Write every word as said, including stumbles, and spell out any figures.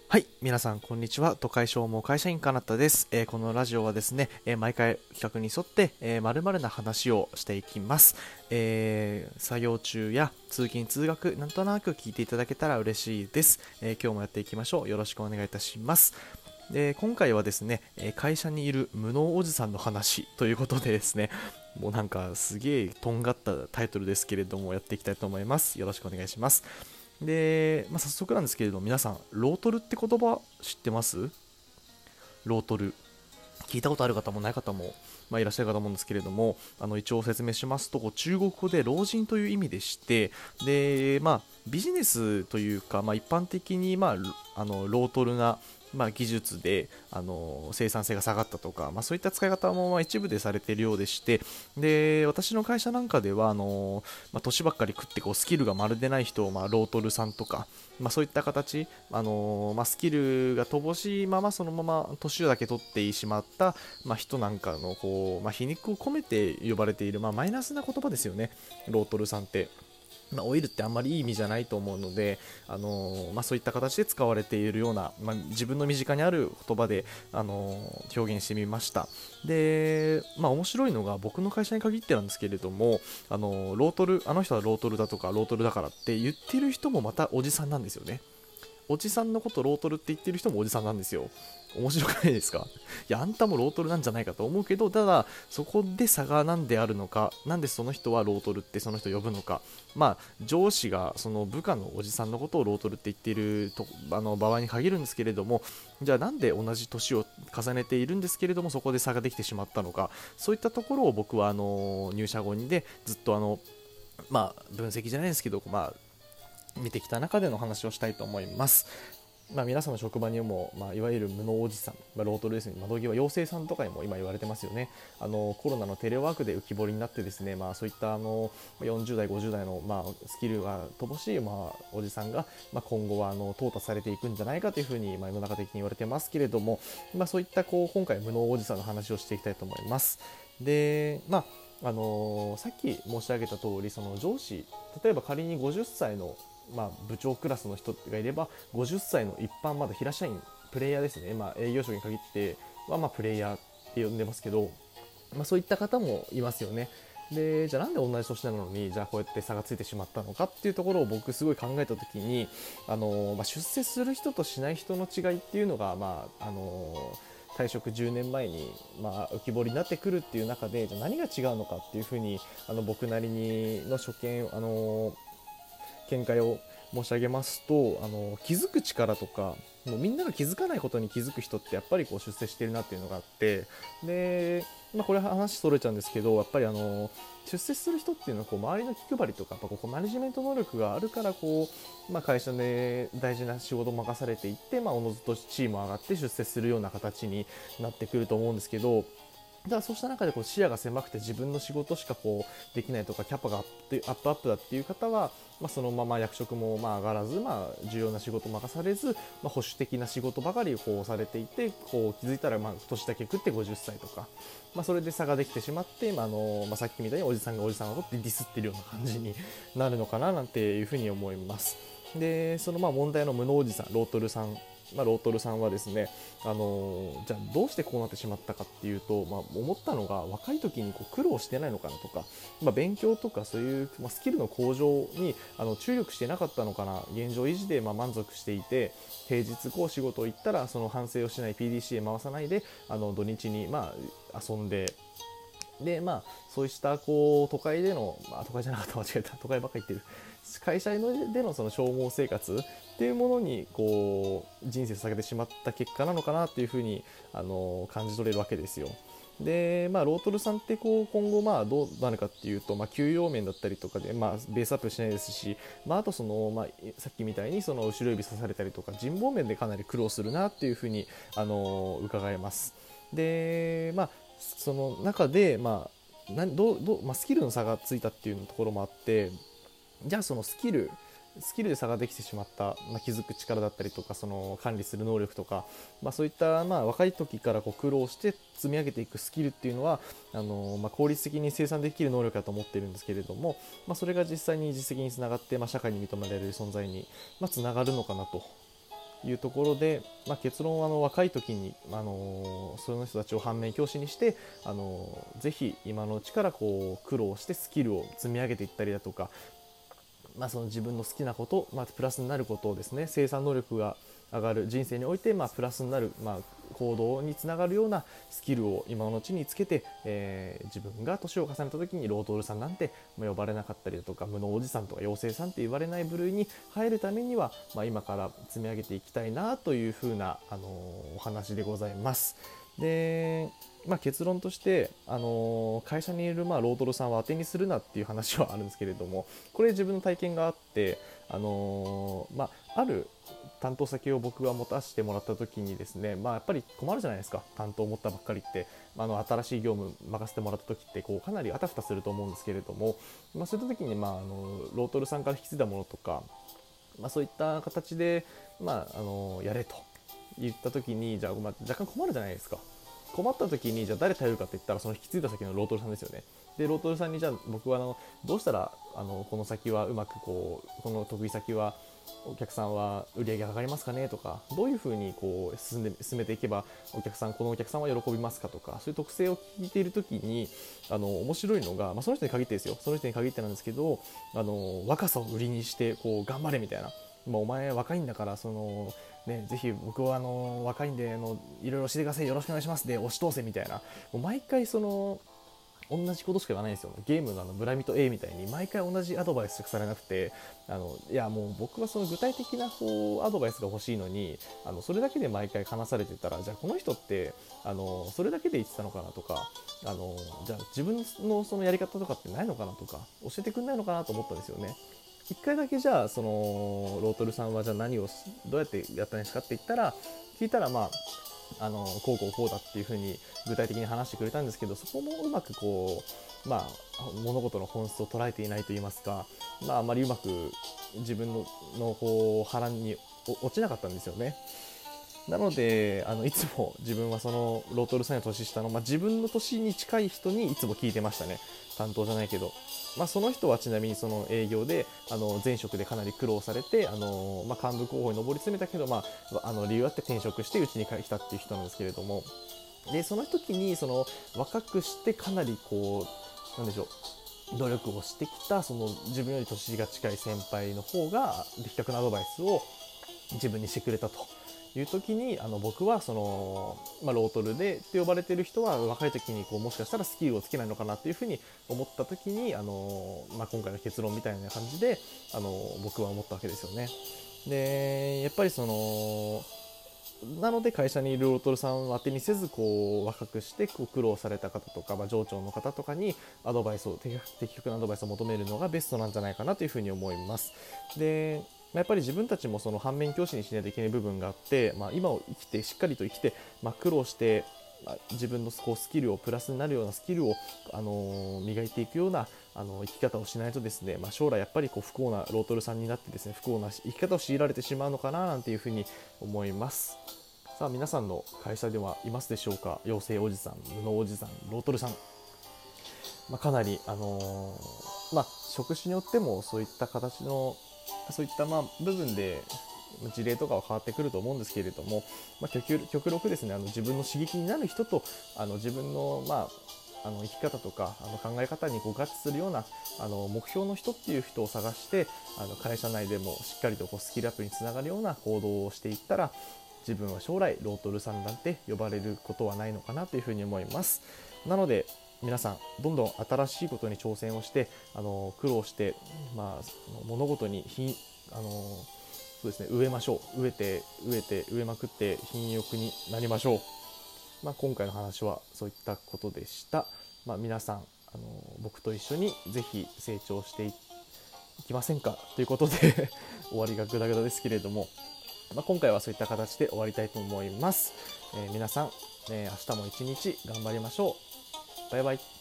はい、皆さんこんにちは。都会商務会社員かなたです。えーこのラジオはですね、えー毎回企画に沿って、えー、〇〇な話をしていきます。えー作業中や通勤通学、なんとなく聞いていただけたら嬉しいです。えー今日もやっていきましょう。よろしくお願いいたします。で、今回はですね、えー会社にいる無能おじさんの話ということでですね、もうなんかすげえとんがったタイトルですけれども、やっていきたいと思います。よろしくお願いします。で、まあ、早速なんですけれども、皆さんロートルって言葉知ってます？ロートル聞いたことある方もない方も、まあ、いらっしゃるかと思うんですけれども、あの一応説明しますと、こう中国語で老人という意味でして、で、まあ、ビジネスというか、まあ、一般的に、まあ、ロあのロートルな、まあ、技術であの生産性が下がったとか、まあ、そういった使い方も、まあ、一部でされているようでして、で私の会社なんかではあの、まあ、年ばっかり食ってこうスキルがまるでない人を、まあ、ロートルさんとか、まあ、そういった形、あのまあ、スキルが乏しいままそのまま年だけ取ってしまった、まあ、人なんかのこう、まあ、皮肉を込めて呼ばれている、まあ、マイナスな言葉ですよね、ロートルさんって。まあ、オイルってあんまりいい意味じゃないと思うので、あのーまあ、そういった形で使われているような、まあ、自分の身近にある言葉で、あのー表現してみました。で、まあ、面白いのが僕の会社に限ってなんですけれども、あのーロートルあの人はロートルだとかロートルだからって言ってる人もまたおじさんなんですよね。おじさんのことロートルって言ってる人もおじさんなんですよ。面白くないですか？いや、あんたもロートルなんじゃないかと思うけど、ただそこで差が何であるのか、なんでその人はロートルってその人呼ぶのか、まあ上司がその部下のおじさんのことをロートルって言っているとあの場合に限るんですけれども、じゃあなんで同じ年を重ねているんですけれどもそこで差ができてしまったのか、そういったところを僕はあの入社後にでずっとあのまあ分析じゃないですけど、まあ見てきた中での話をしたいと思います。まあ、皆さんの職場にも、まあ、いわゆる無能おじさん、まあ、ロートルですね、窓際陽性さんとかにも今言われてますよね。あのコロナのテレワークで浮き彫りになってですね、まあ、そういったあのよんじゅう代ごじゅう代の、まあ、スキルが乏しい、まあ、おじさんが、まあ、今後はあの淘汰されていくんじゃないかというふうに、まあ、世の中的に言われてますけれども、まあ、そういったこう今回無能おじさんの話をしていきたいと思います。で、まああのーさっき申し上げた通り、その上司、例えば仮にごじゅっさいのまあ、部長クラスの人がいればごじゅっさいの一般まだ平社員プレイヤーですね、まあ、営業職に限ってはまあプレイヤーって呼んでますけど、まあ、そういった方もいますよね。でじゃあなんで同じ年なのにじゃあこうやって差がついてしまったのかっていうところを僕すごい考えた時に、あのまあ、出世する人としない人の違いっていうのが、まああの退職じゅうねんまえに、まあ、浮き彫りになってくるっていう中で、じゃあ何が違うのかっていうふうにあの僕なりにの所見、あの見解を申し上げますと、あの気づく力とか、もうみんなが気づかないことに気づく人ってやっぱりこう出世してるなっていうのがあって、で、まあ、これ話それちゃうんですけど、やっぱりあの出世する人っていうのはこう周りの気配りとか、やっぱこうマネジメント能力があるからこう、まあ、会社で大事な仕事を任されていって、まあ、おのずとチーム上がって出世するような形になってくると思うんですけど、だからそうした中でこう視野が狭くて自分の仕事しかこうできないとか、キャパがアップアップアップだっていう方は、まあ、そのまま役職もまあ上がらず、まあ、重要な仕事を任されず、まあ、保守的な仕事ばかりをこうされていて、こう気づいたらまあ年だけ食ってごじゅっさいとか、まあ、それで差ができてしまって、まああのまあ、さっきみたいにおじさんがおじさんのことでディスってるような感じになるのかななんていうふうに思います。でそのまあ問題の無能おじさんロートルさん、まあ、ロートルさんはですね、あのーじゃあどうしてこうなってしまったかっていうと、まあ、思ったのが若い時にこう苦労してないのかなとか、まあ、勉強とかそういう、まあ、スキルの向上にあの注力してなかったのかな、現状維持でまあ満足していて、平日こう仕事を行ったらその反省をしない ピーディーシー へ回さないで、あの土日にまあ遊んで、でまあそうしたこう都会での、まあ、都会じゃなかった間違えた、都会ばっかり言ってる、会社でのその消耗生活っていうものにこう人生を捧げてしまった結果なのかなっていうふうにあの感じ取れるわけですよ。で、まあ、ロートルさんってこう今後まあどうなるかっていうと、まあ、給与面だったりとかで、まあ、ベースアップしないですし、まあ、あとその、まあ、さっきみたいにその後ろ指刺されたりとか人望面でかなり苦労するなっていうふうにあの伺えます。で、まあ、その中で、まあ、などうどうまあ、スキルの差がついたっていうところもあって、じゃあそのスキルスキルで差ができてしまった、まあ、気づく力だったりとか、その管理する能力とか、まあ、そういった、まあ、若い時からこう苦労して積み上げていくスキルっていうのはあの、まあ、効率的に生産できる能力だと思っているんですけれども、まあ、それが実際に実績につながって、まあ、社会に認められる存在に、まあ、つながるのかなというところで、まあ、結論はあの若い時に、あのその人たちを反面教師にして、あのぜひ今のうちからこう苦労してスキルを積み上げていったりだとか、まあ、その自分の好きなこと、まあ、プラスになることをですね、生産能力が上がる人生において、まあ、プラスになる、まあ、行動につながるようなスキルを今のうちにつけて、えー、自分が年を重ねた時にロートルさんなんて呼ばれなかったりだとか、無能おじさんとか妖精さんって言われない部類に入るためには、まあ、今から積み上げていきたいなというふうな、あのー、お話でございます。で、まあ、結論として、あのー、会社にいる、まあ、ロートルさんは当てにするなっていう話はあるんですけれども、これ自分の体験があって、あのーまあ、ある担当先を僕が持たせてもらった時にですね、まあ、やっぱり困るじゃないですか。担当を持ったばっかりって、あの新しい業務任せてもらった時ってこうかなりあたふたすると思うんですけれども、まあ、そういった時に、まあ、あのロートルさんから引き継いだものとか、まあ、そういった形で、まあ、あのやれと言った時に、じゃあ、まあ、若干困るじゃないですか。困った時にじゃあ誰頼るかって言ったら、その引き継いだ先のロートルさんですよね。でロートルさんに、じゃあ僕はあのどうしたらあのこの先はうまくこうこの得意先はお客さんは売り上げ上がりますかねとか、どういうふうにこう進んで進めていけばお客さんこのお客さんは喜びますかとか、そういう特性を聞いている時に、あの面白いのが、まあ、その人に限ってですよ、その人に限ってなんですけど、あの若さを売りにしてこう頑張れみたいな、まあ、お前若いんだからそのね、ぜひ僕はあの若いんであのいろいろしてください、よろしくお願いしますで押し通せみたいな、もう毎回その同じことしか言わないんですよ。ゲームのあのブラミと A みたいに毎回同じアドバイスしかされなくて、あのいやもう僕はその具体的なこうアドバイスが欲しいのに、あのそれだけで毎回話されてたら、じゃあこの人ってあのそれだけで言ってたのかなとか、あのじゃあ自分のそのやり方とかってないのかなとか、教えてくれないのかなと思ったんですよね。一回だけじゃあそのロートルさんはじゃあ何をどうやってやったんですかって言ったら、聞いたら、まああのこうこうこうだっていう風に具体的に話してくれたんですけど、そこもうまくこう、まあ、物事の本質を捉えていないといいますか、まあ、あまりうまく自分ののこう波乱に落ちなかったんですよね。なのであのいつも自分はそのロートルさんの年下の、まあ、自分の年に近い人にいつも聞いてましたね。担当じゃないけど、まあ、その人はちなみにその営業であの前職でかなり苦労されて、あの、まあ、幹部候補に上り詰めたけど、まあ、あの理由あって転職してうちに来たっていう人なんですけれども、でその時にその若くしてかなりこうなんでしょう、努力をしてきたその自分より年が近い先輩の方が的確なアドバイスを自分にしてくれたという時に、あの僕はその、まあ、ロートルでって呼ばれている人は若い時にこうもしかしたらスキルをつけないのかなっていうふうに思った時に、あの、まあ、今回の結論みたいな感じで、あの僕は思ったわけですよね。でやっぱりそのなので会社にいるロートルさんを当てにせず、こう若くしてこう苦労された方とか、まあ、上長の方とかにアドバイスを的確なアドバイスを求めるのがベストなんじゃないかなというふうに思います。でやっぱり自分たちもその反面教師にしないといけない部分があって、まあ、今を生きてしっかりと生きて、まあ、苦労して、まあ、自分のこうスキルをプラスになるようなスキルを、あのー、磨いていくようなあの生き方をしないとですね、まあ、将来やっぱりこう不幸なロートルさんになってですね、不幸な生き方を強いられてしまうのかななんていうふうに思います。さあ皆さんの会社ではいますでしょうか。妖精おじさん、無能おじさん、ロートルさん、まあ、かなり、あのーまあ、職種によってもそういった形のそういったまあ部分で事例とかは変わってくると思うんですけれども、まあ、極, 極力ですね、あの自分の刺激になる人とあの自分の、まあ、あの生き方とかあの考え方にこう合致するようなあの目標の人っていう人を探して、あの会社内でもしっかりとこうスキルアップにつながるような行動をしていったら、自分は将来ロートルさんなんて呼ばれることはないのかなというふうに思います。なので皆さんどんどん新しいことに挑戦をして、あの苦労して、まあ、物事にひあのそうですね、植えましょう。植えて植えて植えまくって品欲になりましょう。まあ、今回の話はそういったことでした。まあ、皆さんあの僕と一緒にぜひ成長していきませんかということで終わりがグダグダですけれども、まあ、今回はそういった形で終わりたいと思います。えー、皆さん、えー、明日も一日頑張りましょう。バイバイ。